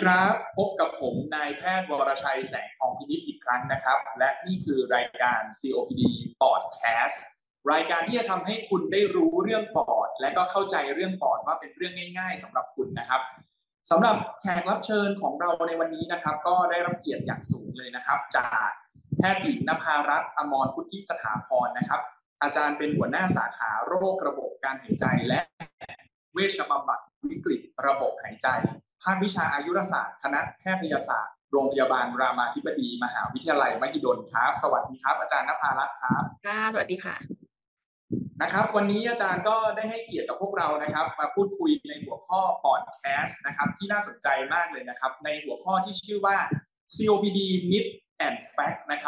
ครับพบกับผมนายแพทย์วรชัยแสงทองพินิจอีกครั้งนะครับและนี่คือรายการ COPD Podcast รายการที่จะทำให้คุณได้รู้เรื่องปอดและก็เข้าใจเรื่องปอดว่าเป็นเรื่องง่ายๆสำหรับคุณนะครับสำหรับแขกรับเชิญของเราในวันนี้นะครับก็ได้รับเกียรติอย่างสูงเลยนะครับจากแพทย์หญิงนภารัตน์อมรพุทธิสถาพรนะครับอาจารย์เป็นหัวหน้าสาขาโรคระบบการหายใจและเวชบำบัดวิกฤตระบบหายใจภาควิชาอายุรศาสตร์คณะแพทยศาสตร์โรงพยาบาลรามาธิบดีมหาวิทยาลัยมหิดลครับสวัสดีครับอาจารย์นภารัตน์ครับค่ะสวัสดีค่ะนะครับวันนี้อาจารย์ก็ได้ให้เกียรติกับพวกเรานะครับมาพูดคุยในหัวข้อพอดแคสต์นะครับที่น่าสนใจมากเลยนะครับในหัวข้อที่ชื่อว่า COPD Myth and Fact นะครับ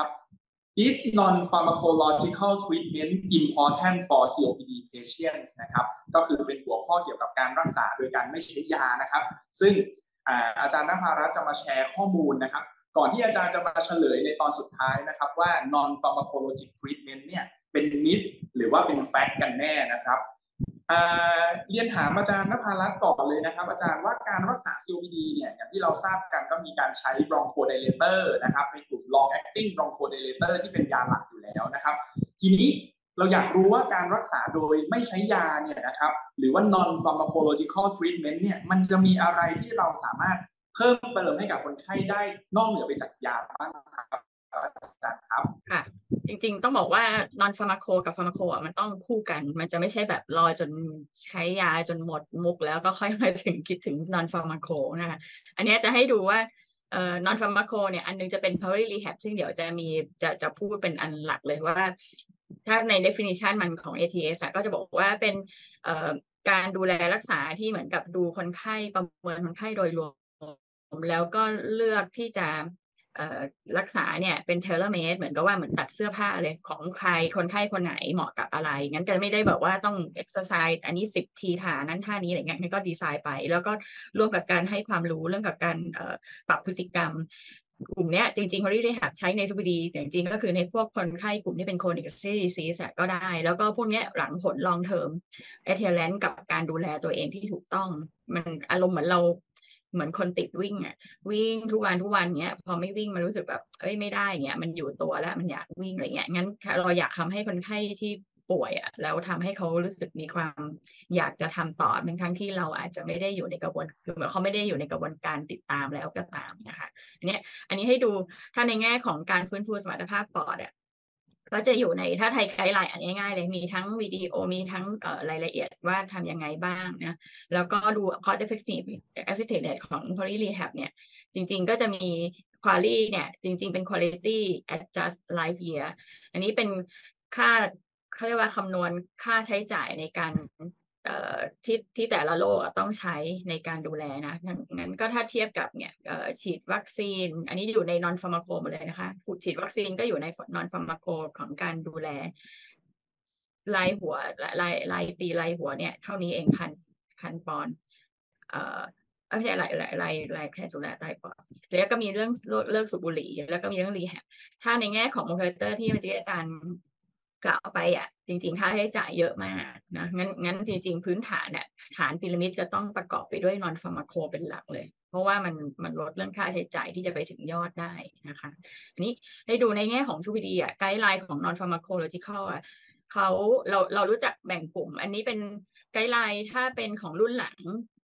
Is non-pharmacological treatment important for COPD patients นะครับก็คือเป็นหัวข้อเกี่ยวกับการรักษาโดยการไม่ใช้ยานะครับซึ่งอาจารย์นภารัตน์จะมาแชร์ข้อมูลนะครับก่อนที่อาจารย์จะมาเฉลยในตอนสุดท้ายนะครับว่า non-pharmacological treatment เนี่ยเป็นมิธหรือว่าเป็นแฟกต์กันแน่นะครับเรียนถามอาจารย์นภารัตน์ก่อนเลยนะครับอาจารย์ว่าการรักษา COPD เนี่ยอย่างที่เราทราบกันก็มีการใช้ bronchodilator นะครับในกลุ่ม long acting bronchodilator ที่เป็นยาหลักอยู่แล้วนะครับทีนี้เราอยากรู้ว่าการรักษาโดยไม่ใช้ยาเนี่ยนะครับหรือว่า non pharmacological treatment เนี่ยมันจะมีอะไรที่เราสามารถเพิ่มเติมให้กับคนไข้ได้นอกเหนือไปจากยาบ้างครับอาจารย์ครับค่ะจริงๆต้องบอกว่า non pharmaco กับ pharmaco มันต้องคู่กันมันจะไม่ใช่แบบรอจนใช้ยาจนหมดมุกแล้วก็ค่อยมาถึงคิดถึง non pharmaco นะคะอันนี้จะให้ดูว่าnon pharmaco เนี่ยอันนึงจะเป็น pulmonary rehab ซึ่งเดี๋ยวจะมีจะพูดเป็นอันหลักเลยว่าถ้าใน definition มันของ ATS ก็จะบอกว่าเป็นการดูแลรักษาที่เหมือนกับดูคนไข้ประเมินคนไข้โดยรวมแล้วก็เลือกที่จะรักษาเนี่ยเป็น tailor made เหมือนกับว่าเหมือนตัดเสื้อผ้าเลยของใครคนไข้คนไหนเหมาะกับอะไรงั้นจะไม่ได้แบบว่าต้อง exercise อันนี้10 ทีท่านั้นท่านี้อะไรเงี้ยมันก็ดีไซน์ไปแล้วก็ร่วมกับการให้ความรู้เรื่องกับการปรับพฤติกรรมกลุ่มเนี้ยจริงๆ Pulmonary Rehab ใช้ใน COPD จริงๆก็คือในพวกคนไข้กลุ่มที่เป็น chronic disease ก็ได้แล้วก็พวกเนี้ยหลังผล long term adherence กับการดูแลตัวเองที่ถูกต้องมันอารมณ์เหมือนเราเหมือนคนติดวิ่งวิ่งทุกวันเงี้ยพอไม่วิ่งมันรู้สึกแบบไม่ได้เงี้ยมันอยู่ตัวแล้วมันอยากวิ่งอะไรเงี้ยงั้นเราอยากทำให้คนไข้ที่ป่วยแล้วทำให้เขารู้สึกมีความอยากจะทำต่อทั้งที่เราอาจจะไม่ได้อยู่ในกระบวนคือเหมือนเขาไม่ได้อยู่ในกระบวนการติดตามแล้วก็ตามนะคะอันนี้ให้ดูถ้าในแง่ของการฟื้นฟูสมรรถภาพปอดก็จะอยู่ในถ้าไทยไกด์ไลน์อันง่ายๆเลยมีทั้งวิดีโอมีทั้งรายละเอียดว่าทำยังไงบ้างนะแล้วก็ดู cost effectiveness ของ Pulmonary Rehab เนี่ยจริงๆก็จะมี quality เนี่ยจริงๆเป็น quality adjust life year อันนี้เป็นค่าเขาเรียกว่าคำนวณค่าใช้จ่ายในการที่แต่ละโรคต้องใช้ในการดูแลนะงั้นก็ถ้าเทียบกับเนี่ยฉีดวัคซีนอันนี้อยู่ใน non pharmaco หมดเลยนะคะฉีดวัคซีนก็อยู่ใน non pharmaco ของการดูแลรายหัวรายปีรายหัวเนี่ยเท่านี้เองพันปอนด์ไม่ใช่รายแค่จุฬารายปอดแล้วก็มีเรื่องเลิกสูบบุหรี่แล้วก็มีเรื่องรีแฮบถ้าในแง่ของโมเลกุลที่เมื่อกี้อาจารย์กล่าวไปจริงๆค่าใช้จ่ายเยอะมากนะงั้นจริงๆพื้นฐานฐานพีระมิดจะต้องประกอบไปด้วยนอนฟาร์มาโคเป็นหลักเลยเพราะว่ามันลดเรื่องค่าใช้จ่ายที่จะไปถึงยอดได้นะคะอันนี้ให้ดูในแง่ของ COPD ไกด์ไลน์ของ non pharmacological เรารู้จักแบ่งกลุ่มอันนี้เป็นไกด์ไลน์ถ้าเป็นของรุ่นหลัง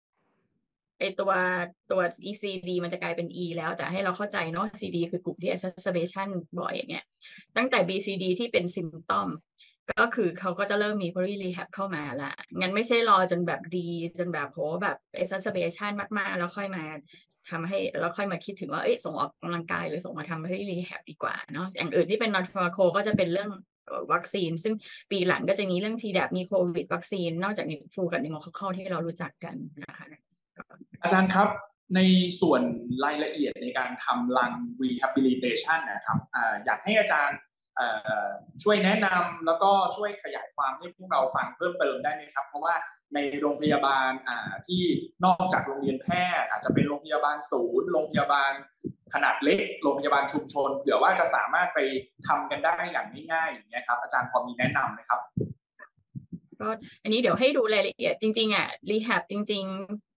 ตัว ECD มันจะกลายเป็น E แล้วแต่ให้เราเข้าใจเนาะ CD คือกลุ่มที่ exacerbation บ่อยอย่างเงี้ยตั้งแต่ BCD ที่เป็น symptom ก็คือเขาก็จะเริ่มมี Pulmonary Rehab เข้ามาละงั้นไม่ใช่รอจนแบบดีจนแบบโหแบบ exacerbation มากๆแล้วค่อยมาทำให้แล้วค่อยมาคิดถึงว่าส่งออกกำลังกายหรือส่งมาทำ Pulmonary Rehab ดีกว่าเนาะอย่างอื่นที่เป็น non pharmaco ก็จะเป็นเรื่องวัคซีนซึ่งปีหลังก็จะมีเรื่อง Tdap มีโควิดวัคซีนนอกจากฟลูกับนิโมคอคัลที่เรารู้จักกันนะคะอาจารย์ครับในส่วนรายละเอียดในการทำรัง rehabilitation นะครับอยากให้อาจารย์ช่วยแนะนำแล้วก็ช่วยขยายความให้พวกเราฟังเพิ่มเติมได้ไหมครับเพราะว่าในโรงพยาบาลที่นอกจากโรงเรียนแพทย์อาจจะเป็นโรงพยาบาลศูนย์โรงพยาบาลขนาดเล็กโรงพยาบาลชุมชนเผื่อว่าจะสามารถไปทำกันได้อย่างง่ายๆอย่างนี้ครับอาจารย์พอมีแนะนำไหมครับก็อันนี้เดี๋ยวให้ดูรายละเอียดจริงๆรีแฮบจริงๆ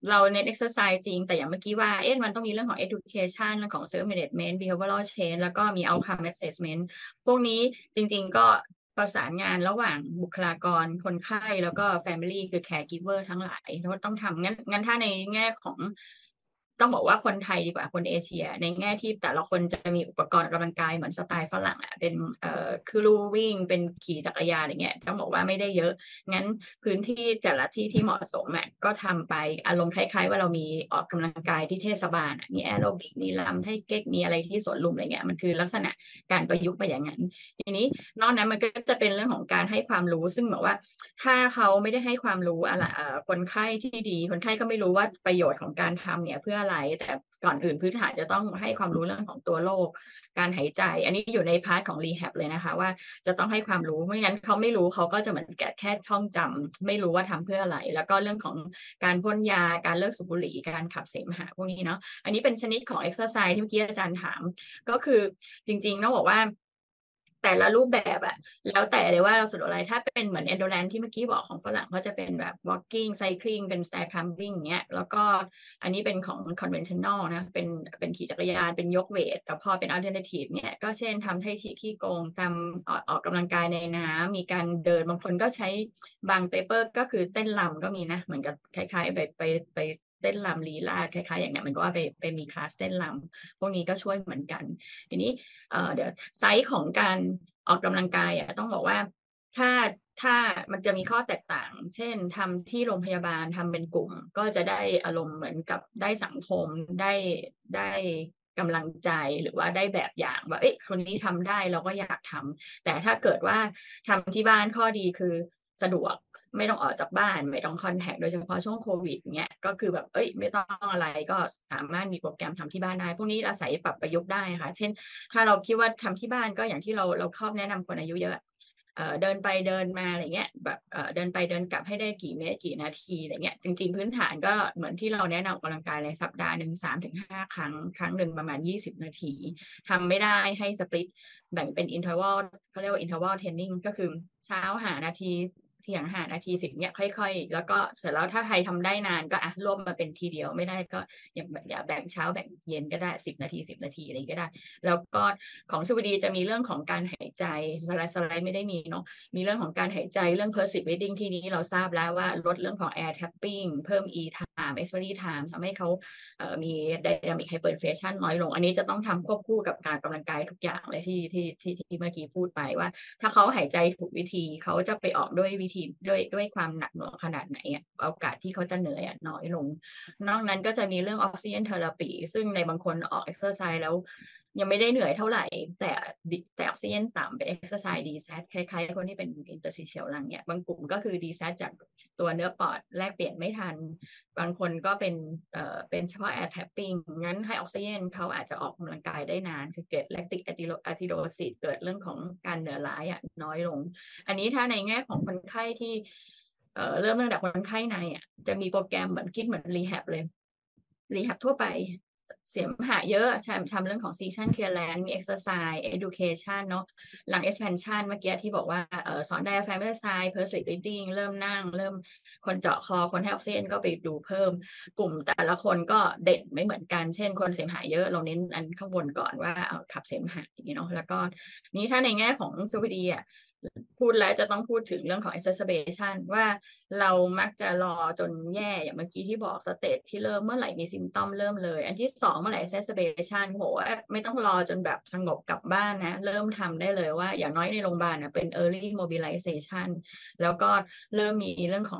เราเน้น exercise จริงแต่อย่างเมื่อกี้ว่ามันต้องมีเรื่องของ education เรื่องของ self management behavioral change แล้วก็มี outcome assessment พวกนี้จริงๆก็ประสานงานระหว่างบุคลากรคนไข้แล้วก็ family คือ caregiver ทั้งหลายแล้วต้องทำงั้นถ้าในแง่ของต้องบอกว่าคนไทยดีกว่าคนเอเชียในแง่ที่แต่ละคนจะมีอุปกรณ์ออกกำลังกายเหมือนสไตล์ฝรั่งเป็นคือลู่วิ่งเป็นขี่จักรยานอย่างเงี้ยต้องบอกว่าไม่ได้เยอะงั้นพื้นที่แต่ละที่ที่เหมาะสมก็ทำไปอารมณ์คล้ายๆว่าเรามีออกกำลังกายที่เทศบาลมีแอโรบิกมีรำให้เก๊กมีอะไรที่สวนลุมอะไรเงี้ยมันคือลักษณะการประยุกต์ไปอย่างนั้นทีนี้นอกนั้นมันก็จะเป็นเรื่องของการให้ความรู้ซึ่งบอกว่าถ้าเขาไม่ได้ให้ความรู้อะไรคนไข้ที่ดีคนไข้ก็ไม่รู้ว่าประโยชน์ของการทำเนี่ยเพื่ออะไรแต่ก่อนอื่นพื้นฐานจะต้องให้ความรู้เรื่องของตัวโรคการหายใจอันนี้อยู่ในพาร์ทของรีแฮบเลยนะคะว่าจะต้องให้ความรู้ไม่งั้นเขาไม่รู้เขาก็จะเหมือนแค่ท่องจำไม่รู้ว่าทำเพื่ออะไรแล้วก็เรื่องของการพ่นยาการเลิกสูบบุหรี่การขับเสมหะพวกนี้เนาะอันนี้เป็นชนิดของเอ็กซ์ไซส์ที่เมื่อกี้อาจารย์ถามก็คือจริงๆต้องบอกว่าแต่ละรูปแบบแล้วแต่เลยว่าเราสะดวกอะไรถ้าเป็นเหมือน endurance ที่เมื่อกี้บอกของฝรั่งเขาจะเป็นแบบ walking cycling เป็น stair climbing อย่างเงี้ยแล้วก็อันนี้เป็นของ conventional นะเป็นขี่จักรยานเป็นยกเวทแต่พอเป็น alternative เนี่ยก็เช่นทำไทชีขี้โกงทำออกกำลังกายในน้ำมีการเดินบางคนก็ใช้บางเปเปอร์ก็คือเต้นรำก็มีนะเหมือนกับคล้ายๆไปเต้นรำลีลาดคล้ายๆอย่างเนี้ยมันก็ว่าไปมีคลาสเต้นรำพวกนี้ก็ช่วยเหมือนกันทีนี้เดี๋ยวไซส์ของการออกกำลังกายต้องบอกว่าถ้ามันจะมีข้อแตกต่าง เช่นทำที่โรงพยาบาลทำเป็นกลุ่มก็จะได้อารมณ์เหมือนกับได้สังคมได้กำลังใจหรือว่าได้แบบอย่างว่าคนนี้ทำได้เราก็อยากทำแต่ถ้าเกิดว่าทำที่บ้านข้อดีคือสะดวกไม่ต้องออกจากบ้านไม่ต้องคอนแทคโดยเฉพาะช่วงโควิดเงี้ยก็คือแบบไม่ต้องอะไรก็สามารถมีโปรแกรมทำที่บ้านได้พวกนี้อาศัยปรับประยุกต์ได้ค่ะเช่นถ้าเราคิดว่าทำที่บ้านก็อย่างที่เราชอบแนะนำคนอายุเยอะเดินไปเดินมาอะไรเงี้ยแบบเดินไปเดินกลับให้ได้กี่เมตรกี่นาทีอะไรเงี้ยจริงๆพื้นฐานก็เหมือนที่เราแนะนำออกกำลังกายเลยสัปดาห์หนึ่ง3-5 ครั้งหนึ่งประมาณ20 นาทีทำไม่ได้ให้สปลิตแบ่งเป็นอินเทอร์วัลเขาเรียกว่าอินเทอร์วัลเทรนนิ่งก็คือเช้า5 นาทีเที่ยง5 นาที10เนี่ยค่อยๆแล้วก็เสร็จแล้วถ้าใครทำได้นานก็รวบมาเป็นทีเดียวไม่ได้ก็อย่าแบ่งเช้าแบ่งเย็นก็ได้10 นาที10 นาทีอะไรก็ได้แล้วก็ของสุวดีจะมีเรื่องของการหายใจสไลด์ไม่ได้มีเนาะมีเรื่องของการหายใจเรื่อง perceived breathing ที่นี้เราทราบแล้วว่าลดเรื่องของ air tapping เพิ่ม e time expiry time ทำให้เขามี dynamic hyperinflation น้อยลงอันนี้จะต้องทำควบคู่กับการกำลังกายทุกอย่างเลยที่เมื่อกี้พูดไปว่าถ้าเขาหายใจถูกวิธีเขาจะไปออกด้วยวิธีด้วยความหนักหน่วงขนาดไหนโอกาสที่เขาจะเหนื่อยน้อยลงนอกนั้นก็จะมีเรื่องออกซิเจนเทอราปีซึ่งในบางคนออกเอ็กซ์เซอร์ไซส์แล้วยังไม่ได้เหนื่อยเท่าไหร่แต่ออกซิเจนต่ำเป็นเอ็กซ์ไซส์ดีแซดคล้ายๆคนที่เป็นอินเตอร์ซิเชียลลังเนี่ยบางกลุ่มก็คือดีแซดจากตัวเนื้อปอดแลกเปลี่ยนไม่ทันบางคนก็เป็นเฉพาะแอร์แทปปิ้งงั้นให้ออกซิเจนเขาอาจจะออกกำลังกายได้นานคือเกิดแลคติกอะซิโดซิสเกิดเรื่องของการเหนื่อยล้าน้อยลงอันนี้ถ้าในแง่ของคนไข้ที่เริ่มตั้งแต่คนไข้ในจะมีโปรแกรมเหมือนคิดเหมือนรีแฮบเลยรีแฮบทั่วไปเสียมหาเยอะทำเรื่องของ season clearance มี exercise education เนาะหลัง expansion เมื่อกี้ที่บอกว่าสอน diaphragm exercise perceived breathing เริ่มนั่งเริ่มคนเจาะคอคนให้ออกซิเจนก็ไปดูเพิ่มกลุ่มแต่ละคนก็เด่นไม่เหมือนกันเช่นคนเสมหะเยอะเราเน้นอันข้างบนก่อนว่าเอาขับเสมหะอย่างนี้เนาะแล้วก็นี้ถ้าในแง่ของ COPD พูดแล้วจะต้องพูดถึงเรื่องของ exacerbation ว่าเรามักจะรอจนแย่อย่างเมื่อกี้ที่บอกสเตจที่เริ่มเมื่อไหร่มีซิมตอมเริ่มเลยอันที่2เมื่อไหร่ exacerbation โหไม่ต้องรอจนแบบสงบกลับบ้านนะเริ่มทำได้เลยว่าอย่างน้อยในโรงพยาบาลเป็น early mobilization แล้วก็เริ่มมีเรื่องของ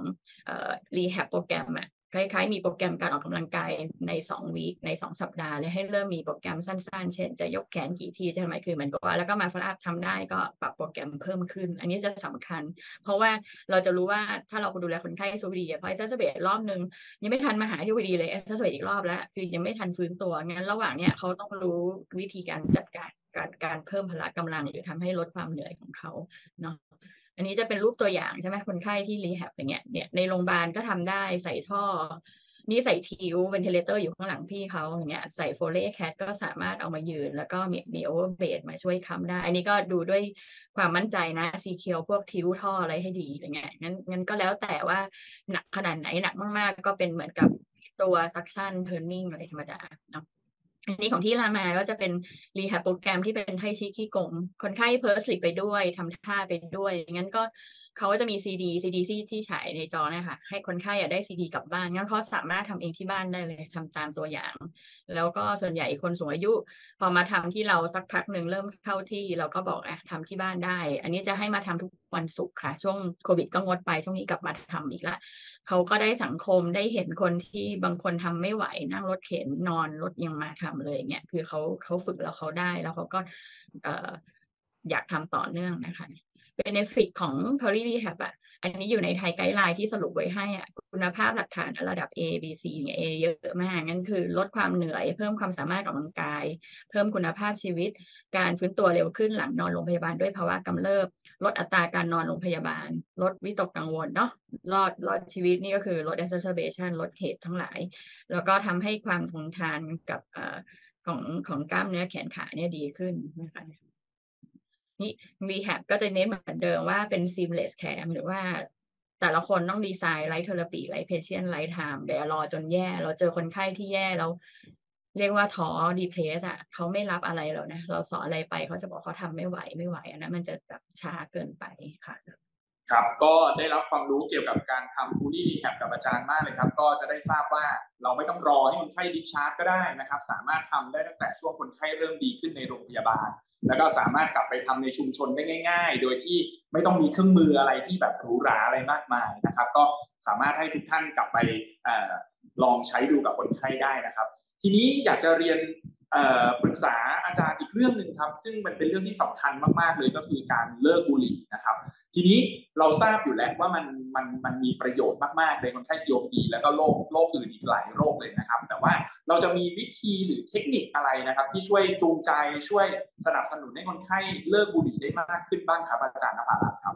rehab โปรแกรมคล้ายๆมีโปรแกรมการออกกำลังกายใน2 วีคใน2 สัปดาห์เลยให้เริ่มมีโปรแกรมสั้นๆเช่นจะยกแขนกี่ทีจะทำไมคือเหมือนกับว่าแล้วก็มาฟอลอัพทำได้ก็ปรับโปรแกรมเพิ่มขึ้นอันนี้จะสำคัญเพราะว่าเราจะรู้ว่าถ้าเราดูแลคนไข้ซูดีพอเอ็กซ์เบรอบนึงยังไม่ทันมาหาที่วดีเลยเอ็กซ์เบรอีกรอบแล้วคือยังไม่ทันฟื้นตัวงั้นระหว่างเนี้ยเขาต้องรู้วิธีการจัดการเพิ่มพละกำลังหรือทำให้ลดความเหนื่อยของเขาเนาะอันนี้จะเป็นรูปตัวอย่างใช่ไหมคนไข้ที่รีแฮบอย่างเงี้ยเนี่ยในโรงพยาบาลก็ทำได้ใส่ท่อนี่ใส่ทิวเวนทิเลเตอร์อยู่ข้างหลังพี่เขาอย่างเงี้ยใส่โฟเลแคทก็สามารถเอามายืนแล้วก็มีโอเวอร์เบดมาช่วยค้ำได้อันนี้ก็ดูด้วยความมั่นใจนะซีเคียวพวกทิวท่ออะไรให้ดีอย่างเงี้ยงั้นก็แล้วแต่ว่าหนักขนาดไหนหนักมากๆก็เป็นเหมือนกับตัว suction turning อะไรธรรมดาเนาะอันนี้ของที่รามาก็จะเป็น rehab โปรแกรมที่เป็นไทชิคิกงคนไข้เพิร์สลิปไปด้วยทำท่าไปด้วยงั้นก็เขาก็จะมีซีดีที่ฉายในจอเนี่ยค่ะให้คนไข้ได้ซีดีกลับบ้านงั้นเขาสามารถทำเองที่บ้านได้เลยทำตามตัวอย่างแล้วก็ส่วนใหญ่คนสูงอายุพอมาทำที่เราสักพักหนึ่งเริ่มเข้าที่เราก็บอกทำที่บ้านได้อันนี้จะให้มาทำทุกวันศุกร์ค่ะช่วงโควิดก็งดไปช่วงนี้กลับมาทำอีกละเขาก็ได้สังคมได้เห็นคนที่บางคนทำไม่ไหวนั่งรถเข็นนอนรถยังมาทำเลยเนี่ยคือเขาฝึกแล้วเขาได้แล้วเขาก็อยากทำต่อเนื่องนะคะ benefit ของ Poly Rehab อันนี้อยู่ในไทยไกด์ไลน์ที่สรุปไว้ให้คุณภาพหลักฐานระดับ A B C เนี่ย A เยอะมากงั้นคือลดความเหนื่อยเพิ่มความสามารถของร่างกายเพิ่มคุณภาพชีวิตการฟื้นตัวเร็วขึ้นหลังนอนโรงพยาบาลด้วยภาวะกำเริบลดอัตราการนอนโรงพยาบาลลดวิตกกังวลเนาะรอดชีวิตนี่ก็คือลด exacerbation ลดเหตุทั้งหลายแล้วก็ทำให้ความทนทานกับของกล้ามเนื้อแขนขาเนี่ยดีขึ้นนะคะนี่ rehab ก็จะเน้นเหมือนเดิมว่าเป็น seamless care หรือว่าแต่ละคนต้องดีไซน์ไลท์เทอราปีไลท์เพเชียนไลท์ไทม์เดี๋ยวรอจนแย่เราเจอคนไข้ที่แย่แล้วเรียกว่าท้อดีเพรสเขาไม่รับอะไรแล้วนะเราสอนอะไรไปเขาจะบอกเขาทำไม่ไหวอันนั้นมันจะแบบช้าเกินไปค่ะครับก็ได้รับความรู้เกี่ยวกับการทำ Poly Rehab กับอาจารย์มากเลยครับก็จะได้ทราบว่าเราไม่ต้องรอให้คนไข้ดิชาร์จก็ได้นะครับสามารถทำได้ตั้งแต่ช่วงคนไข้เริ่มดีขึ้นในโรงพยาบาลแล้วก็สามารถกลับไปทำในชุมชนได้ง่ายๆโดยที่ไม่ต้องมีเครื่องมืออะไรที่แบบหรูหราอะไรมากมายนะครับก็สามารถให้ทุกท่านกลับไปลองใช้ดูกับคนไข้ได้นะครับทีนี้อยากจะเรียนปรึกษาอาจารย์อีกเรื่องหนึ่งครับซึ่งมันเป็นเรื่องที่สำคัญมากๆเลยก็คือการเลิกบุหรี่นะครับทีนี้เราทราบอยู่แล้วว่ามันมีประโยชน์มากๆในคนไข้ COPD แล้วก็โรคอื่นอีกหลายโรคเลยนะครับแต่ว่าเราจะมีวิธีหรือเทคนิคอะไรนะครับที่ช่วยจูงใจช่วยสนับสนุนให้คนไข้เลิกบุหรี่ได้มากขึ้นบ้างครับอาจารย์นภารัตน์ครับ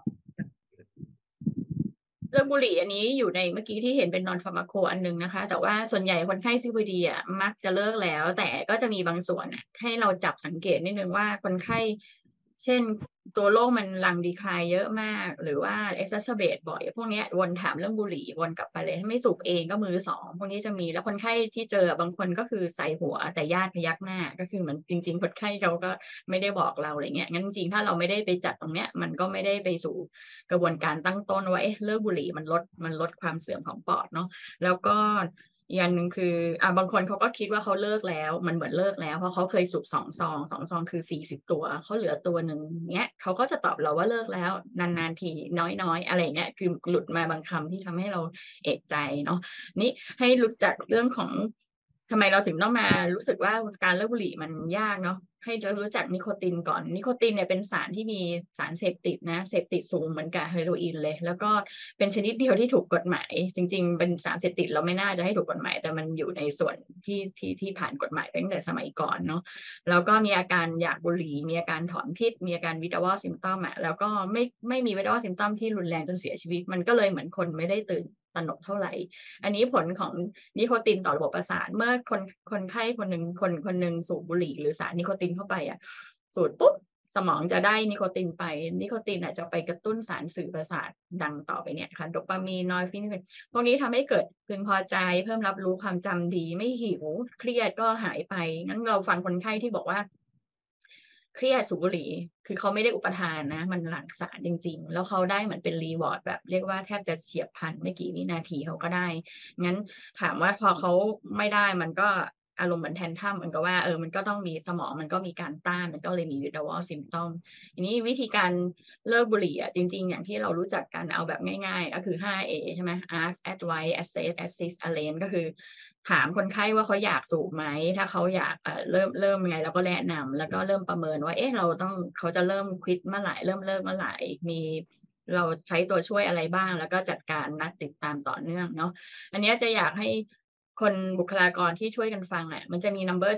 เรื่องบุหรี่อันนี้อยู่ในเมื่อกี้ที่เห็นเป็นนอนฟาร์มาโคอันนึงนะคะแต่ว่าส่วนใหญ่คนไข้ COPD มักจะเลิกแล้วแต่ก็จะมีบางส่วนให้เราจับสังเกตนิดนึงว่าคนไข้เช่นตัวโรคมันหลั่งดีคลายเยอะมากหรือว่า exacerbate บ่อยพวกนี้วนถามเรื่องบุหรี่วนกลับไปเลยถ้าไม่สูบเองก็มือสองพวกนี้จะมีแล้วคนไข้ที่เจอบางคนก็คือใส่หัวแต่ญาติพยักหน้าก็คือเหมือนจริงๆคนไข้เขาก็ไม่ได้บอกเราอะไรเงี้ยงั้นจริงๆถ้าเราไม่ได้ไปจัดตรงเนี้ยมันก็ไม่ได้ไปสู่กระบวนการตั้งต้นว่าเลิกบุหรี่มันลดความเสื่อมของปอดเนาะแล้วก็อีกอันหนึ่งคือบางคนเขาก็คิดว่าเขาเลิกแล้วมันเหมือนเลิกแล้วเพราะเขาเคยสูบ2 ซองคือ40 ตัวเขาเหลือตัวหนึ่งเนี้ยเขาก็จะตอบเราว่าเลิกแล้วนานๆทีน้อยอะไรเงี้ยคือหลุดมาบางคำที่ทำให้เราเอะใจเนาะนี่ให้รู้จักเรื่องของทำไมเราถึงต้องมารู้สึกว่าการเลิกบุหรี่มันยากเนาะให้เรารู้จักนิโคตินก่อนนิโคตินเนี่ยเป็นสารที่มีสารเสพติดนะเสพติดสูงเหมือนกับเฮโรอีนเลยแล้วก็เป็นชนิดเดียวที่ถูกกฎหมายจริงๆเป็นสารเสพติดเราไม่น่าจะให้ถูกกฎหมายแต่มันอยู่ในส่วนที่ผ่านกฎหมายตั้งแต่สมัยก่อนเนาะแล้วก็มีอาการอยากบุหรี่มีอาการถอนพิษมีอาการ withdrawal symptom แล้วก็ไม่มี withdrawal symptom ที่รุนแรงจนเสียชีวิตมันก็เลยเหมือนคนไม่ได้ตื่นตระหนกเท่าไหร่อันนี้ผลของนิโคตินต่อระบบประสาทเมื่อคนไข้คนหนึ่งสูบบุหรี่หรือสารนิโคตินเข้าไปสูดปุ๊บสมองจะได้นิโคตินไปนิโคตินจะไปกระตุ้นสารสื่อประสาทดังต่อไปเนี่ยค่ะโดปามีนนอร์ฟินพวกนี้ทำให้เกิดพึงพอใจเพิ่มรับรู้ความจำดีไม่หิวเครียดก็หายไปงั้นเราฟังคนไข้ที่บอกว่าเครียดสูบบุหรี่คือเขาไม่ได้อุปทานนะมันหลั่งสารจริงๆแล้วเขาได้เหมือนเป็นรีวอร์ดแบบเรียกว่าแทบจะเฉียบพลันไม่กี่วินาทีเขาก็ได้งั้นถามว่าพอเขาไม่ได้มันก็อารมณ์เหมือนแทนทัมมันก็ว่ามันก็ต้องมีสมองมันก็มีการต้านมันก็เลยมี withdrawal symptom ทีนี้วิธีการเลิกบุหรี่จริงๆอย่างที่เรารู้จักกันเอาแบบง่ายๆก็คือ 5A ใช่ไหม ask advise assess assist arrange ก็คือถามคนไข้ว่าเขาอยากสูบไหมถ้าเขาอยากเริ่มยังไงเราก็แนะนำแล้วก็เริ่มประเมินว่าเขาจะเริ่มควิตเมื่อไหร่เริ่มเลิกเมื่อไหร่มีเราใช้ตัวช่วยอะไรบ้างแล้วก็จัดการนัดติดตามต่อเนื่องเนาะอันนี้จะอยากให้คนบุคลากรที่ช่วยกันฟังมันจะมี number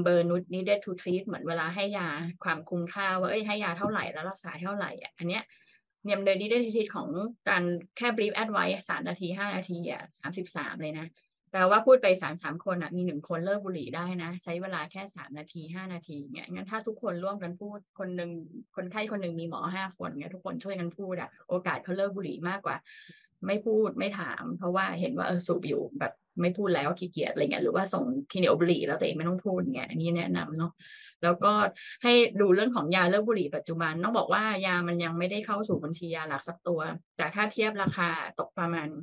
needed to treat เหมือนเวลาให้ยาความคุ้มค่าว่าให้ยาเท่าไหร่แล้วรักษาเท่าไหร่อันเนี้ยเนี่ยเด needed to treat ของการแค่ brief advice 3 นาที 5 นาที33เลยนะแปลว่าพูดไป3 คนมี1 คนเลิกบุหรี่ได้นะใช้เวลาแค่3 นาที 5 นาทีเนี่ยงั้นถ้าทุกคนร่วมกันพูดคนไข้คนหนึ่งมีหมอ5 คนเนี่ยทุกคนช่วยกันพูดโอกาสเขาเลิกบุหรี่มากกว่าไม่พูดไม่ถามเพราะว่าเห็นว่าสูบอยู่แบบไม่พูดแล้วขี้เกียจอะไรเงี้ยหรือว่าส่งคลินิกบุหรี่แล้วตัวเองไม่ต้องพูดเงี้ยอันนี้แนะนำเนาะแล้วก็ให้ดูเรื่องของยาเลิกบุหรี่ปัจจุบันต้องบอกว่ายามันยังไม่ได้เข้าสู่บัญชียาหลักสักตัวแต่ถ้าเทียบราคาตกประมาณ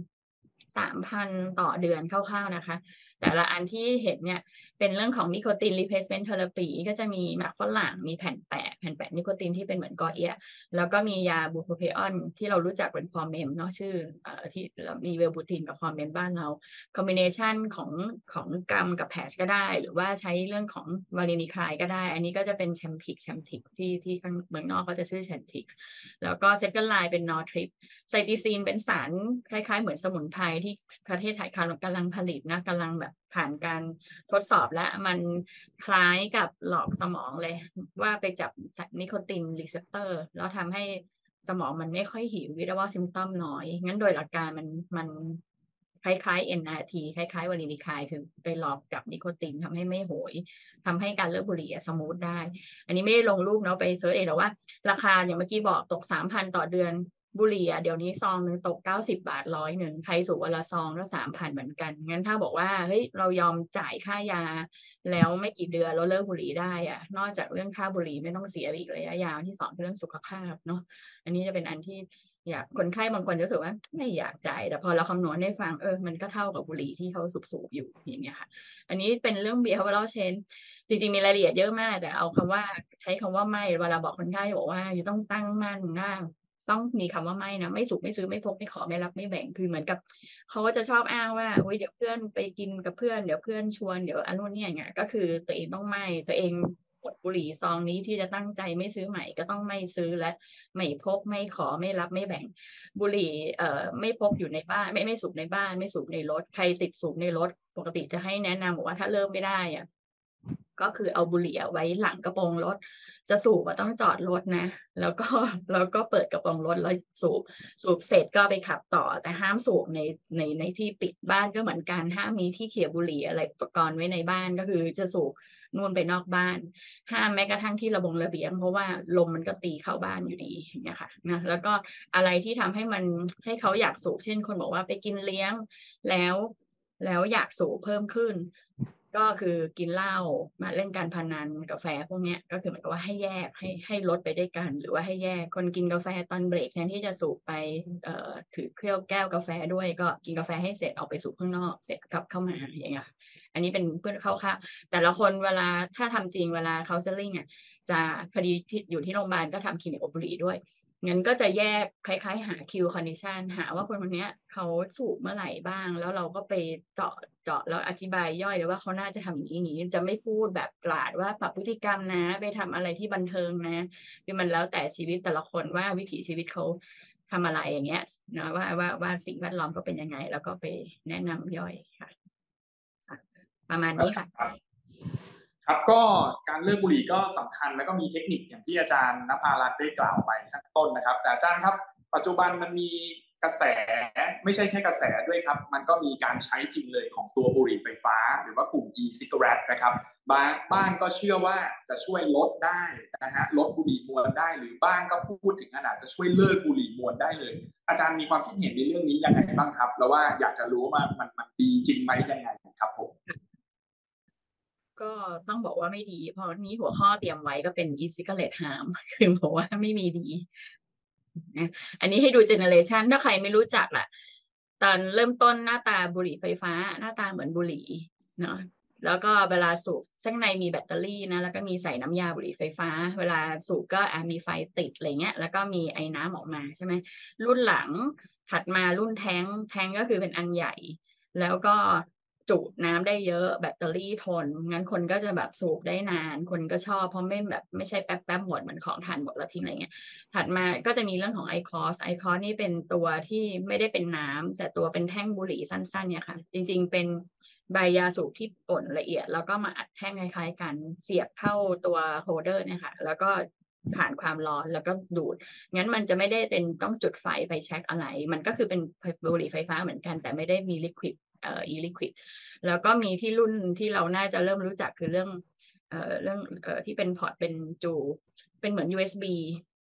3,000ต่อเดือนคร่าวๆนะคะแต่ละอันที่เห็นเนี่ยเป็นเรื่องของนิโคติน replacement therapy ก็จะมีหมากฝรั่งมีแผ่นแปะนิโคตินที่เป็นเหมือนกอเอียแล้วก็มียาบูโพเพออนที่เรารู้จักเป็นฟอร์เมมเนาะชื่อที่มีเวลบูตินกับฟอร์เมมบ้านเราคอมบิเนชันของกัมกับแพชก็ได้หรือว่าใช้เรื่องของวาลินิคลายก็ได้อันนี้ก็จะเป็นแชมพิกที่เมืองนอกก็จะชื่อแชมพิกแล้วก็เซคันด์ไลน์เป็นนอร์ทริปไซติซีนเป็นสารคล้ายๆเหมือนสมุนไพรที่ประเทศไทยกำลังผลิตนะกำลังแบบผ่านการทดสอบและมันคล้ายกับหลอกสมองเลยว่าไปจับนิโคตินรีเซปเตอร์แล้วทำให้สมองมันไม่ค่อยหิววิตาว่าซิมตอมน้อยงั้นโดยหลักการมันคล้ายๆ NRT คล้ายๆวาลินิคลายคือไปหลอกจับนิโคตินทำให้ไม่โหยทำให้การเลิกบุหรี่สมูทได้อันนี้ไม่ได้ลงรูปเนาะไปเซิร์ชเองแต่ว่าราคาอย่างเมื่อกี้บอกตก 3,000 ต่อเดือนบุหรี่เดี๋ยวนี้ซองนึงตก90 บาท100ใครสูบวันละซองก็ 3,000 เหมือนกันงั้นถ้าบอกว่าเฮ้ยเรายอมจ่ายค่ายาแล้วไม่กี่เดือนเราเลิกบุหรี่ได้อะนอกจากเรื่องค่าบุหรี่ไม่ต้องเสียอีกระยะยาวที่2คือเรื่องสุขภาพเนาะอันนี้จะเป็นอันที่อยากคนไข้บางคนรู้สึกว่าไม่อยากจ่ายแต่พอเราคำนวณให้ฟังมันก็เท่ากับบุหรี่ที่เขาสูบอยู่อย่างเงี้ยค่ะอันนี้เป็นเรื่อง behavioral change จริงๆมีรายละเอียดเยอะมากแต่เอาคำว่าใช้คำว่าไม่เวลาบอกคนไข้บอกว่าอยู่ต้องตั้งมั่นต้องมีคำว่าไม่นะไม่สูบไม่ซื้อไม่พกไม่ขอไม่รับไม่แบ่งคือเหมือนกับเขาก็จะชอบอ้างว่าเดี๋ยวเพื่อนไปกินกับเพื่อนเดี๋ยวเพื่อนชวนเดี๋ยวอันนู้นเนี่ยไงก็คือตัวเองต้องไม่ตัวเองหมดบุหรี่ซองนี้ที่จะตั้งใจไม่ซื้อใหม่ก็ต้องไม่ซื้อและไม่พกไม่ขอไม่รับไม่แบ่งบุหรี่ไม่พกอยู่ในบ้านไม่สูบในบ้านไม่สูบในรถใครติดสูบในรถปกติจะให้แนะนำบอกว่าถ้าเลิกไม่ได้อะก็คือเอาบุหรี่ไว้หลังกระโปรงรถจะสูบต้องจอดรถนะแล้วก็เปิดกระโปรงรถแล้วสูบเสร็จก็ไปขับต่อแต่ห้ามสูบในที่ปิดบ้านก็เหมือนกันห้ามมีที่เขี่ยบุหรี่อะไรอุปกรณ์ไว้ในบ้านก็คือจะสูบนู่นไปนอกบ้านห้ามแม้กระทั่งที่ระเบียงเพราะว่าลมมันก็ตีเข้าบ้านอยู่ดีอย่างเงี้ยค่ะนะแล้วก็อะไรที่ทำให้เขาอยากสูบเช่นคนบอกว่าไปกินเลี้ยงแล้วอยากสูบเพิ่มขึ้นก็คือกินเหล้ามาเล่นการพนันกาแฟพวกนี้ก็คือเหมือนกับว่าให้แยกให้ลดไปด้วยกันหรือว่าให้แยกคนกินกาแฟตอนเบรกแทนที่จะสูบไปถือแก้วกาแฟด้วยก็กินกาแฟให้เสร็จออกไปสูบข้างนอกเสร็จกลับเข้ามาอย่างเงี้ยอันนี้เป็นเพื่อนเข้าค่ะแต่ละคนเวลาถ้าทำจริงเวลาเคาน์เซลลิ่งจะพอดีอยู่ที่โรงพยาบาลก็ทำคลินิกอบบุหรี่ด้วยงั้นก็จะแยกคล้ายๆหาคิวคอนดิชันหาว่าคนนี้เขาสูบเมื่อไหร่บ้างแล้วเราก็ไปเจาะแล้วอธิบายย่อยเลยว่าเขาน่าจะทำอย่างนี้จะไม่พูดแบบกลาดว่าปรับพฤติกรรมนะไปทำอะไรที่บันเทิงนะคือมันแล้วแต่ชีวิตแต่ละคนว่าวิถีชีวิตเขาทำอะไรอย่างเงี้ยนะว่าสิ่งแวดล้อมก็เป็นยังไงแล้วก็ไปแนะนำย่อยค่ะประมาณนี้ค่ะครับก็การเลิกบุหรี่ก็สำคัญแล้วก็มีเทคนิคอย่างที่อาจารย์ณภารัตน์ได้กล่าวไปข้างต้นนะครับแต่อาจารย์ครับปัจจุบันมันมีกระแสไม่ใช่แค่กระแสด้วยครับมันก็มีการใช้จริงเลยของตัวบุหรี่ไฟฟ้าหรือว่ากลุ่ม e-cigarette นะครับบ้างก็เชื่อว่าจะช่วยลดได้นะฮะลดบุหรี่มวลได้หรือบ้างก็พูดถึงขนาดจะช่วยเลิกบุหรี่มวลได้เลยอาจารย์มีความคิดเห็นในเรื่องนี้ยังไงบ้างครับแล้วว่าอยากจะรู้ว่ามันดีจริงไหมยังไงครับผมก็ต้องบอกว่าไม่ดีเพราะนี้หัวข้อเตรียมไว้ก็เป็น e-cigarette harm คือบอกว่าไม่มีดีนะอันนี้ให้ดูเจเนเรชันถ้าใครไม่รู้จักล่ะตอนเริ่มต้นหน้าตาบุหรี่ไฟฟ้าหน้าตาเหมือนบุหรี่เนาะแล้วก็เวลาสูบข้างในมีแบตเตอรี่นะแล้วก็มีใส่น้ำยาบุหรี่ไฟฟ้าเวลาสูบก็มีไฟติดอะไรเงี้ยแล้วก็มีไอ้น้ำออกมาใช่ไหมรุ่นหลังถัดมารุ่นแท้งก็คือเป็นอันใหญ่แล้วก็จุน้ำได้เยอะแบตเตอรี่ทนงั้นคนก็จะแบบสูบได้นานคนก็ชอบเพราะไม่ใช่แป๊บหมดเหมือนของทานหมดแล้วทิ้งอะไรเงี้ยถัดมาก็จะมีเรื่องของไอคอสนี่เป็นตัวที่ไม่ได้เป็นน้ำแต่ตัวเป็นแท่งบุหรี่สั้นๆเนี่ยค่ะจริงๆเป็นใบยาสูบที่ป่นละเอียดแล้วก็มาอัดแท่งคล้ายๆกันเสียบเข้าตัวโฮลเดอร์เนี่ยค่ะแล้วก็ผ่านความร้อนแล้วก็ดูดงั้นมันจะไม่ได้เป็นต้องจุดไฟแช็กอะไรมันก็คือเป็นบุหรี่ไฟฟ้าเหมือนกันแต่ไม่ได้มีลิควิดe-liquid แล้วก็มีที่รุ่นที่เราน่าจะเริ่มรู้จักคือเรื่องที่เป็นพอร์ตเป็นจูเป็นเหมือน USB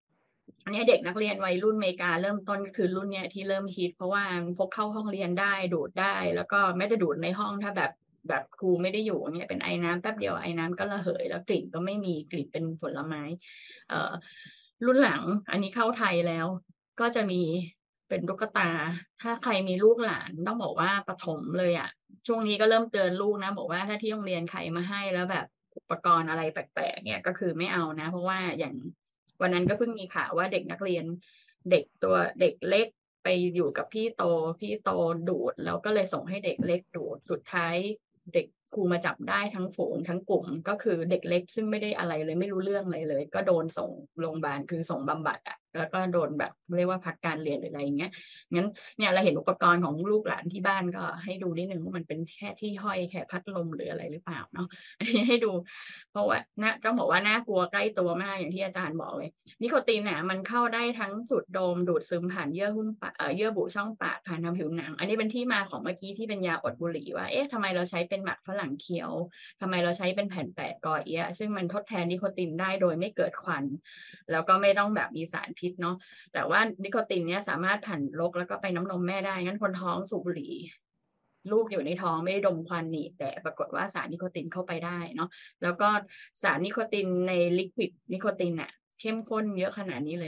อันนี้เด็กนักเรียนวัยรุ่นอเมริกาเริ่มต้นก็คือรุ่นเนี้ยที่เริ่มฮิตเพราะว่าพกเข้าห้องเรียนได้ดูดได้แล้วก็ไม่ได้ดูดในห้องถ้าแบบครูไม่ได้อยู่เนี่ยเป็นไอน้ำแป๊บเดียวไอน้ำก็ระเหยแล้วกลิ่นก็ไม่มีกลิ่นเป็นผลไม้รุ่นหลังอันนี้เข้าไทยแล้วก็จะมีเป็นตุ๊กตาถ้าใครมีลูกหลานต้องบอกว่าประถมเลยอ่ะช่วงนี้ก็เริ่มเตือนลูกนะบอกว่าถ้าที่โรงเรียนใครมาให้แล้วแบบอุปกรณ์อะไรแปลกๆเนี่ยก็คือไม่เอานะเพราะว่าอย่างวันนั้นก็เพิ่งมีข่าวว่าเด็กนักเรียนเด็กเล็กไปอยู่กับพี่โตดูดแล้วก็เลยส่งให้เด็กเล็กดูดสุดท้ายเด็กครูมาจับได้ทั้งฝูงทั้งกลุ่มก็คือเด็กเล็กซึ่งไม่ได้อะไรเลยไม่รู้เรื่องอะไรเลยก็โดนส่งโรงพยาบาลคือส่งบำบัดอ่ะแล้วก็โดนแบบเรียกว่าพักการเรียนหรืออะไรอย่างเงี้ยงั้นเนี่ยเราเห็นอุปกรณ์ของลูกหลานที่บ้านก็ให้ดูนิดนึงว่ามันเป็นแค่ที่ห้อยแค่พัดลมหรืออะไรหรือเปล่าเนาะอันนี้ให้ดูเพราะว่าต้องบอกว่าน่ากลัวใกล้ตัวมากอย่างที่อาจารย์บอกเลยนิโคตินเนี่ยมันเข้าได้ทั้งสูดดมดูดซึมผ่านเยื่อบุช่องปากผ่านทางผิวหนังอันนี้เป็นที่มาของเมื่อกี้ที่เป็นยาอดบุหรี่ว่าเอ๊ะทำไมเราใช้เป็นหมากฝรั่งเขียวทำไมเราใช้เป็นแผ่นแปะกอเอี๊ยะซึ่งมันทดแทนนิโคตินได้โดยไม่เกิดควันแล้วก็ไม่ต้องแบบมีสารพิษเนาะแต่ว่านิโคตินเนี่ยสามารถผ่านรกแล้วก็ไปน้ำนมแม่ได้งั้นคนท้องสูบบุหรี่ลูกอยู่ในท้องไม่ได้ดมควันนี่แต่ปรากฏว่าสารนิโคตินเข้าไปได้เนาะแล้วก็สารนิโคตินในลิควิดนิโคตินอะเข้มข้นเยอะขนาดนี้เลย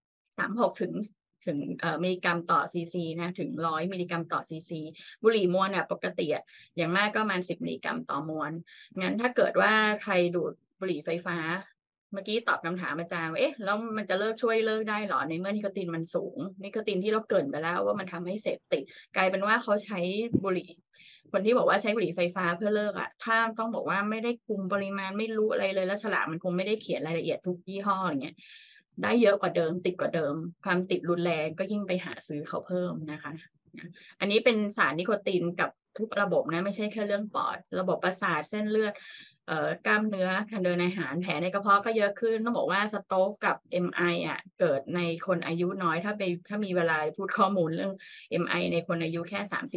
36ถึงมิลลิกรัมต่อซีซีนะถึง100มิลลิกรัมต่อซีซีบุหรี่มวนเนี่ยปกติอย่างมากก็ประมาณ10มิลลิกรัมต่อมวนงั้นถ้าเกิดว่าใครดูดบุหรี่ไฟฟ้าเมื่อกี้ตอบคำถามอาจารย์ว่าเอ๊ะแล้วมันจะช่วยเลิกได้หรอในเมื่อนิโคตินมันสูงนิโคตินที่เราเกริ่นไปแล้วว่ามันทำให้เสพติดกลายเป็นว่าเขาใช้บุหรี่คนที่บอกว่าใช้บุหรี่ไฟฟ้าเพื่อเลิกถ้าต้องบอกว่าไม่ได้คุมปริมาณไม่รู้อะไรเลยแล้วฉลากมันคงไม่ได้เขียนรายละเอียดทุกยี่ห้ออย่างเงี้ยได้เยอะกว่าเดิมติดกว่าเดิมความติดรุนแรงก็ยิ่งไปหาซื้อเขาเพิ่มนะคะอันนี้เป็นสารนิโคตินกับทุกระบบนะไม่ใช่แค่เรื่องปอดระบบประสาทเส้นเลือดกล้ามเนื้อการเดินอาหารแผลในกระเพาะก็เยอะขึ้นต้องบอกว่าสโตรกกับ MI เกิดในคนอายุน้อยถ้ามีเวลาพูดข้อมูลเรื่อง MI ในคนอายุแค่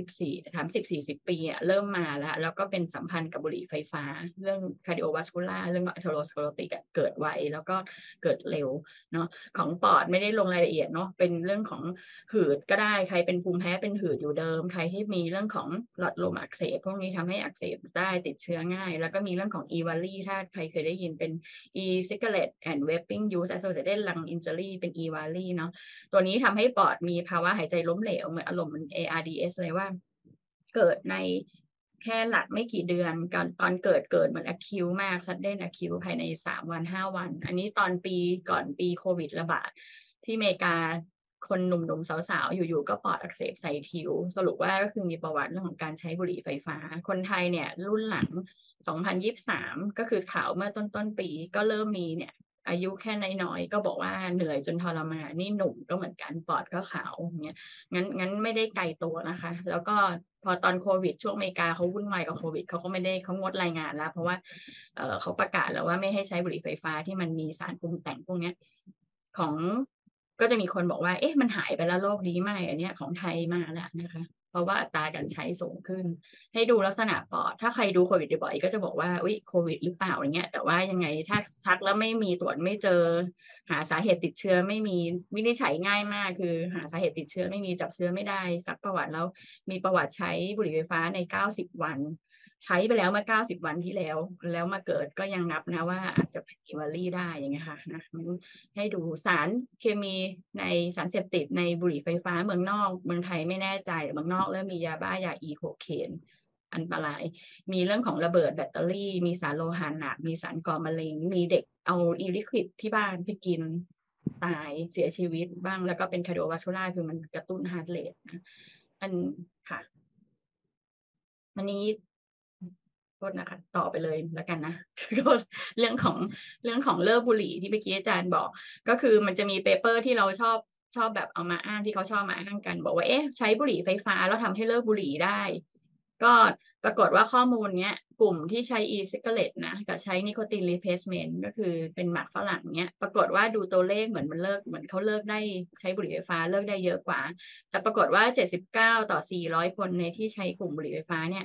30-40 ปีเริ่มมาแล้วก็เป็นสัมพันธ์กับบุหรี่ไฟฟ้าเรื่อง cardiovascular เรื่อง atherosclerotic เกิดไวแล้วก็เกิดเร็วเนาะของปอดไม่ได้ลงรายละเอียดเนาะเป็นเรื่องของหืดก็ได้ใครเป็นภูมิแพ้เป็นหืดอยู่เดิมใครที่มีเรื่องของหลอดลมอักเสบพวกนี้ทำให้อักเสบได้ติดเชื้อง่ายแล้วก็มีเรื่องของ e-valley ถ้าใครเคยได้ยินเป็น e-cigarette and vaping use associated lung injury เป็น e-valley เนาะตัวนี้ทำให้ปอดมีภาวะหายใจล้มเหลวเหมือนอารมณ์มัน ARDS เลยว่าเกิดในแค่หลักไม่กี่เดือนตอนเกิดเหมือน acute มาก sudden acute ภายใน3-5 วันอันนี้ตอนก่อนปีโควิดระบาดที่อเมริกาคนหนุ่มๆสาวๆอยู่ๆก็ปอดอักเสบใส่ทิวสรุปว่าก็คือมีประวัติเรื่องของการใช้บุหรี่ไฟฟ้าคนไทยเนี่ยรุ่นหลัง2023ก็คือข่าวเมื่อต้นปีก็เริ่มมีเนี่ยอายุแค่น้อยๆก็บอกว่าเหนื่อยจนทรมานนี่หนุ่มก็เหมือนกันปอดก็ขาวอย่างเงี้ยงั้นไม่ได้ไกลตัวนะคะแล้วก็พอตอนโควิดช่วงอเมริกาเขาวุ่นวายกับโควิดเขาก็ไม่ได้เขางดรายงานแล้วเพราะว่าเขาประกาศแล้วว่าไม่ให้ใช้บุหรี่ไฟฟ้าที่มันมีสารปรุงแต่งพวกนี้ของก็จะมีคนบอกว่าเอ๊ะมันหายไปแล้วโรคนี้ไม่อันเนี้ยของไทยมาแล้วนะคะเพราะว่าอัตราการใช้สูงขึ้นให้ดูลักษณะปอดถ้าใครดูโควิดบ่อยก็จะบอกว่าอุ๊ยโควิดหรือเปล่าอย่างเงี้ยแต่ว่ายังไงถ้าซักแล้วไม่มีตรวจไม่เจอหาสาเหตุติดเชื้อไม่มีวินิจฉัยง่ายมากคือหาสาเหตุติดเชื้อไม่มีจับเชื้อไม่ได้ซักประวัติแล้วมีประวัติใช้บุหรี่ไฟฟ้าใน90 วันใช้ไปแล้วเมื่อ90 วันที่แล้วมาเกิดก็ยังนับนะว่าอาจจะเป็นอิวารี่ได้อย่างเงี้ยค่ะนะให้ดูสารเคมีในสารเสพติดในบุหรี่ไฟฟ้าเมืองนอกเมืองไทยไม่แน่ใจเมืองนอกเริ่มมียาบ้ายาอีโคเคนอันตรายมีเรื่องของระเบิดแบตเตอรี่มีสารโลหะหนักมีสารก่อมะเร็งมีเด็กเอาอีลิควิดที่บ้านไปกินตายเสียชีวิตบ้างแล้วก็เป็นคาร์ดิโอวาสคูล่าคือมันกระตุ้นฮาร์ทเรทนะอันค่ะวันนี้โทษนะคะต่อไปเลยแล้วกันนะ เรื่องของเลิกบุหรี่ที่เมื่อกี้อาจารย์บอกก็คือมันจะมีเปเปอร์ที่เราชอบแบบเอามาอ้างที่เขาชอบมาอ้างกันบอกว่าเอ๊ะใช้บุหรี่ไฟฟ้าแล้วทำให้เลิกบุหรี่ได้ก็ปรากฏว่าข้อมูลเนี้ยกลุ่มที่ใช้ e-cigarette นะกับใช้ nicotine replacement ก็คือเป็นหมากฝรั่งเนี้ยปรากฏว่าดูตัวเลขเหมือนเขาเลิกได้ใช้บุหรี่ไฟฟ้าเลิกได้เยอะกว่าแต่ปรากฏว่า79 ต่อ 400 คนในที่ใช้กลุ่มบุหรี่ไฟฟ้าเนี่ย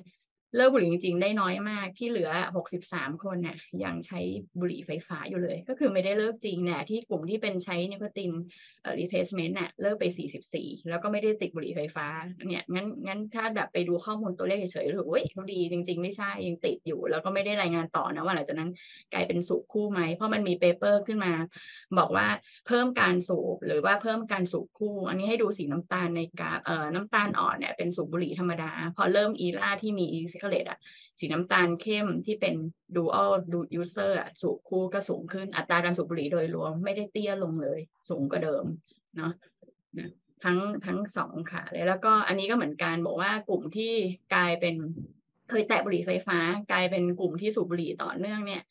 เลิกบุหรี่จริงๆได้น้อยมากที่เหลือ63คนเนี่ยยังใช้บุหรี่ไฟฟ้าอยู่เลยก็คือไม่ได้เลิกจริงเนี่ยที่กลุ่มที่เป็นใช้นิโคตินreplacement เนี่ยเลิกไป44แล้วก็ไม่ได้ติดบุหรี่ไฟฟ้าเนี่ยงั้นถ้าแบบไปดูข้อมูลตัวเลขเฉยๆหรือเว้ยเขาดีจริงๆไม่ใช่ยังติดอยู่แล้วก็ไม่ได้รายงานต่อนะว่าหลังจากนั้นกลายเป็นสูบคู่ไหมเพราะมันมีเปเปอร์ขึ้นมาบอกว่าเพิ่มการสูบหรือว่าเพิ่มการสูบคู่อันนี้ให้ดูสีน้ำตาลในกราฟน้ำตาลอ่อนเนี่ยเป็นสูบบุหรี่ธรรมดาพอเริ่มอีราที่มีซิกเรตสีน้ำตาลเข้มที่เป็น dual user สูบคู่ก็สูงขึ้นอัตราการสูบบุหรี่โดยรวมไม่ได้เตี้ยลงเลยสูงกว่าเดิมเนาะทั้งสองขาเลยแล้วก็อันนี้ก็เหมือนกันบอกว่ากลุ่มที่กลายเป็นเคยแตะบุหรี่ไฟฟ้ากลายเป็นกลุ่มที่สูบบุหรี่ต่อเนื่องเนี่ย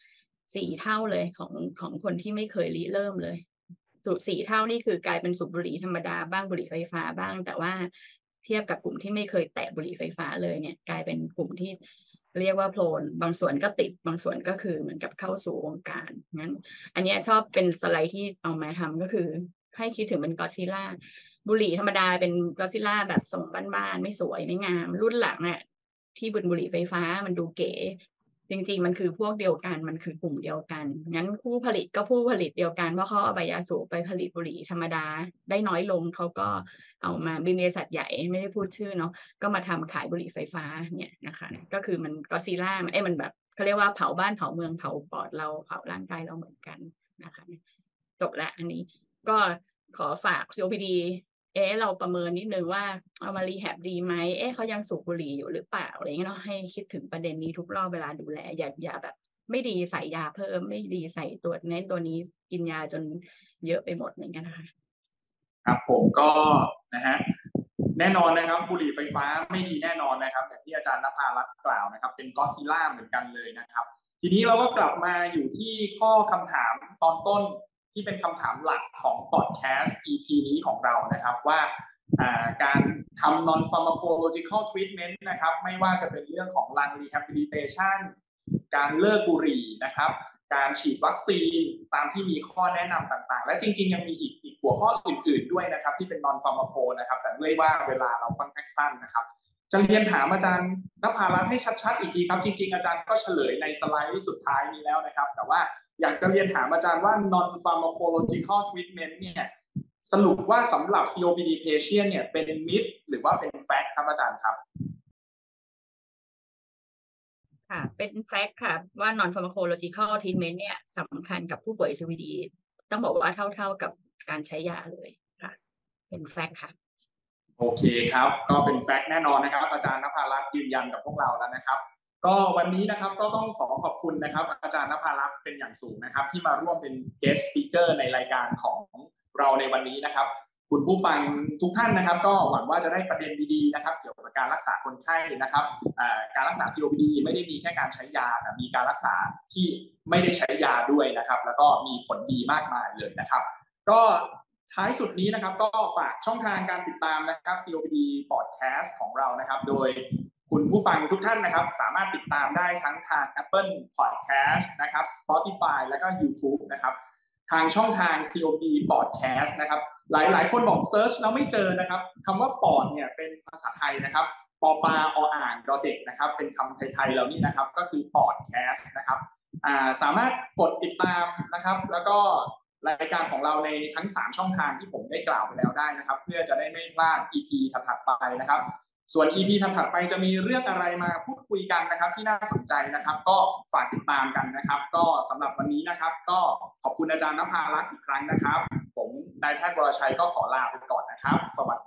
4 เท่าเลยของคนที่ไม่เคยริเริ่มเลยสูบ4 เท่านี่คือกลายเป็นสูบบุหรี่ธรรมดาบ้างบุหรี่ไฟฟ้าบ้างแต่ว่าเทียบกับกลุ่มที่ไม่เคยแตะบุหรี่ไฟฟ้าเลยเนี่ยกลายเป็นกลุ่มที่เรียกว่าโพลนบางส่วนก็ติดบางส่วนก็คือเหมือนกับเข้าสู่วงการงั้นอันนี้ชอบเป็นสไลด์ที่เอามาทำก็คือให้คิดถึงเป็นก็อดซิลล่าบุหรี่ธรรมดาเป็นก็อดซิลล่าแบบทรงบ้านๆไม่สวยไม่งามรุ่นหลังเนี่ยที่บุหรี่ไฟฟ้ามันดูเก๋จริงๆมันคือพวกเดียวกันมันคือกลุ่มเดียวกันงั้นผู้ผลิตก็ผู้ผลิตเดียวกันเพราะเขาเอาใบยาสูบไปผลิตบุหรี่ธรรมดาได้น้อยลงเขาก็เอามาบริษัทใหญ่ไม่ได้พูดชื่อเนาะก็มาทำขายบุหรี่ไฟฟ้าเนี่ยนะคะก็คือมันก็อดซิลล่ามันแบบเขาเรียกว่าเผาบ้านเผาเมืองเผาปอดเราเผาร่างกายเราเหมือนกันนะคะจบละอันนี้ก็ขอฝาก COPD เราประเมินนิดนึงว่าเอามารีแฮบดีไหมเขายังสูบบุหรี่อยู่หรือเปล่าอะไรเงี้ยเนาะให้คิดถึงประเด็นนี้ทุกรอบเวลาดูแลอย่าแบบไม่ดีใส่ยาเพิ่มไม่ดีใส่ตัวนั้นตัวนี้กินยาจนเยอะไปหมดอย่างเงี้ยนะคะครับผมก็นะฮะแน่นอนนะครับบุหรี่ไฟฟ้าไม่ดีแน่นอนนะครับอย่างที่อาจารย์ณภารัตน์กล่าวนะครับเป็นก็อดซิลล่าเหมือนกันเลยนะครับทีนี้เราก็กลับมาอยู่ที่ข้อคำถามตอนต้นที่เป็นคำถามหลักของพอดแคสต์ EP นี้ของเรานะครับว่าการทำ non pharmacological treatment นะครับไม่ว่าจะเป็นเรื่องของ lung rehabilitation การเลิกบุหรี่นะครับการฉีดวัคซีนตามที่มีข้อแนะนำต่างๆและจริงๆยังมีอีกหัวข้ออื่นๆด้วยนะครับที่เป็น non pharmaco นะครับแต่ด้วยว่าเวลาเราค่อนข้างสั้นนะครับจะเรียนถามอาจารย์ณภารัตน์ให้ชัดๆอีกทีครับจริงๆอาจารย์ก็เฉลยในสไลด์สุดท้ายนี้แล้วนะครับแต่ว่าอยากจะเรียนถามอาจารย์ว่า non pharmacological treatment เนี่ยสรุปว่าสำหรับ COPD patient เนี่ยเป็น myth หรือว่าเป็น fact ครับอาจารย์ครับค่ะเป็นแฟกต์ค่ะว่า non pharmacological treatment เนี่ยสำคัญกับผู้ป่วย COPD ต้องบอกว่าเท่ากับการใช้ยาเลยค่ะเป็นแฟกต์ค่ะโอเคครับก็เป็นแฟกต์แน่นอนนะครับอาจารย์ณภารัตน์ยืนยันกับพวกเราแล้วนะครับก็วันนี้นะครับก็ต้องขอบคุณนะครับอาจารย์ณภารัตน์เป็นอย่างสูงนะครับที่มาร่วมเป็น guest speaker ในรายการของเราในวันนี้นะครับคุณผู้ฟังทุกท่านนะครับก็หวังว่าจะได้ประเด็นดีๆนะครับเกี่ยวกับการรักษาคนไข้นะครับการรักษา COPD ไม่ได้มีแค่การใช้ยาแต่มีการรักษาที่ไม่ได้ใช้ยาด้วยนะครับแล้วก็มีผลดีมากมายเลยนะครับก็ท้ายสุดนี้นะครับก็ฝากช่องทางการติดตามนะครับ COPD Podcast ของเรานะครับโดยคุณผู้ฟังทุกท่านนะครับสามารถติดตามได้ทั้งทาง Apple Podcast นะครับ Spotify แล้วก็ YouTube นะครับทางช่องทาง COPD Podcast นะครับหลายคนบอกเซิร์ชแล้วไม่เจอนะครับคำว่าปอดเนี่ยเป็นภาษาไทยนะครับปอปลาออ่างรอเด็กนะครับเป็นคำไทยๆแล้วนี่นะครับก็คือปอดแคสต์นะครับสามารถกดติดตามนะครับแล้วก็รายการของเราในทั้ง3ช่องทางที่ผมได้กล่าวไปแล้วได้นะครับเพื่อจะได้ไม่พลาด EP ถัดๆไปนะครับส่วน EP ถัดๆไปจะมีเรื่องอะไรมาพูดคุยกันนะครับที่น่าสนใจนะครับก็ฝากติดตามกันนะครับก็สำหรับวันนี้นะครับก็ขอบคุณอาจารย์ณภารัตน์อีกครั้งนะครับผมนายแพทย์วรชัยก็ขอลาไปก่อนนะครับสวัส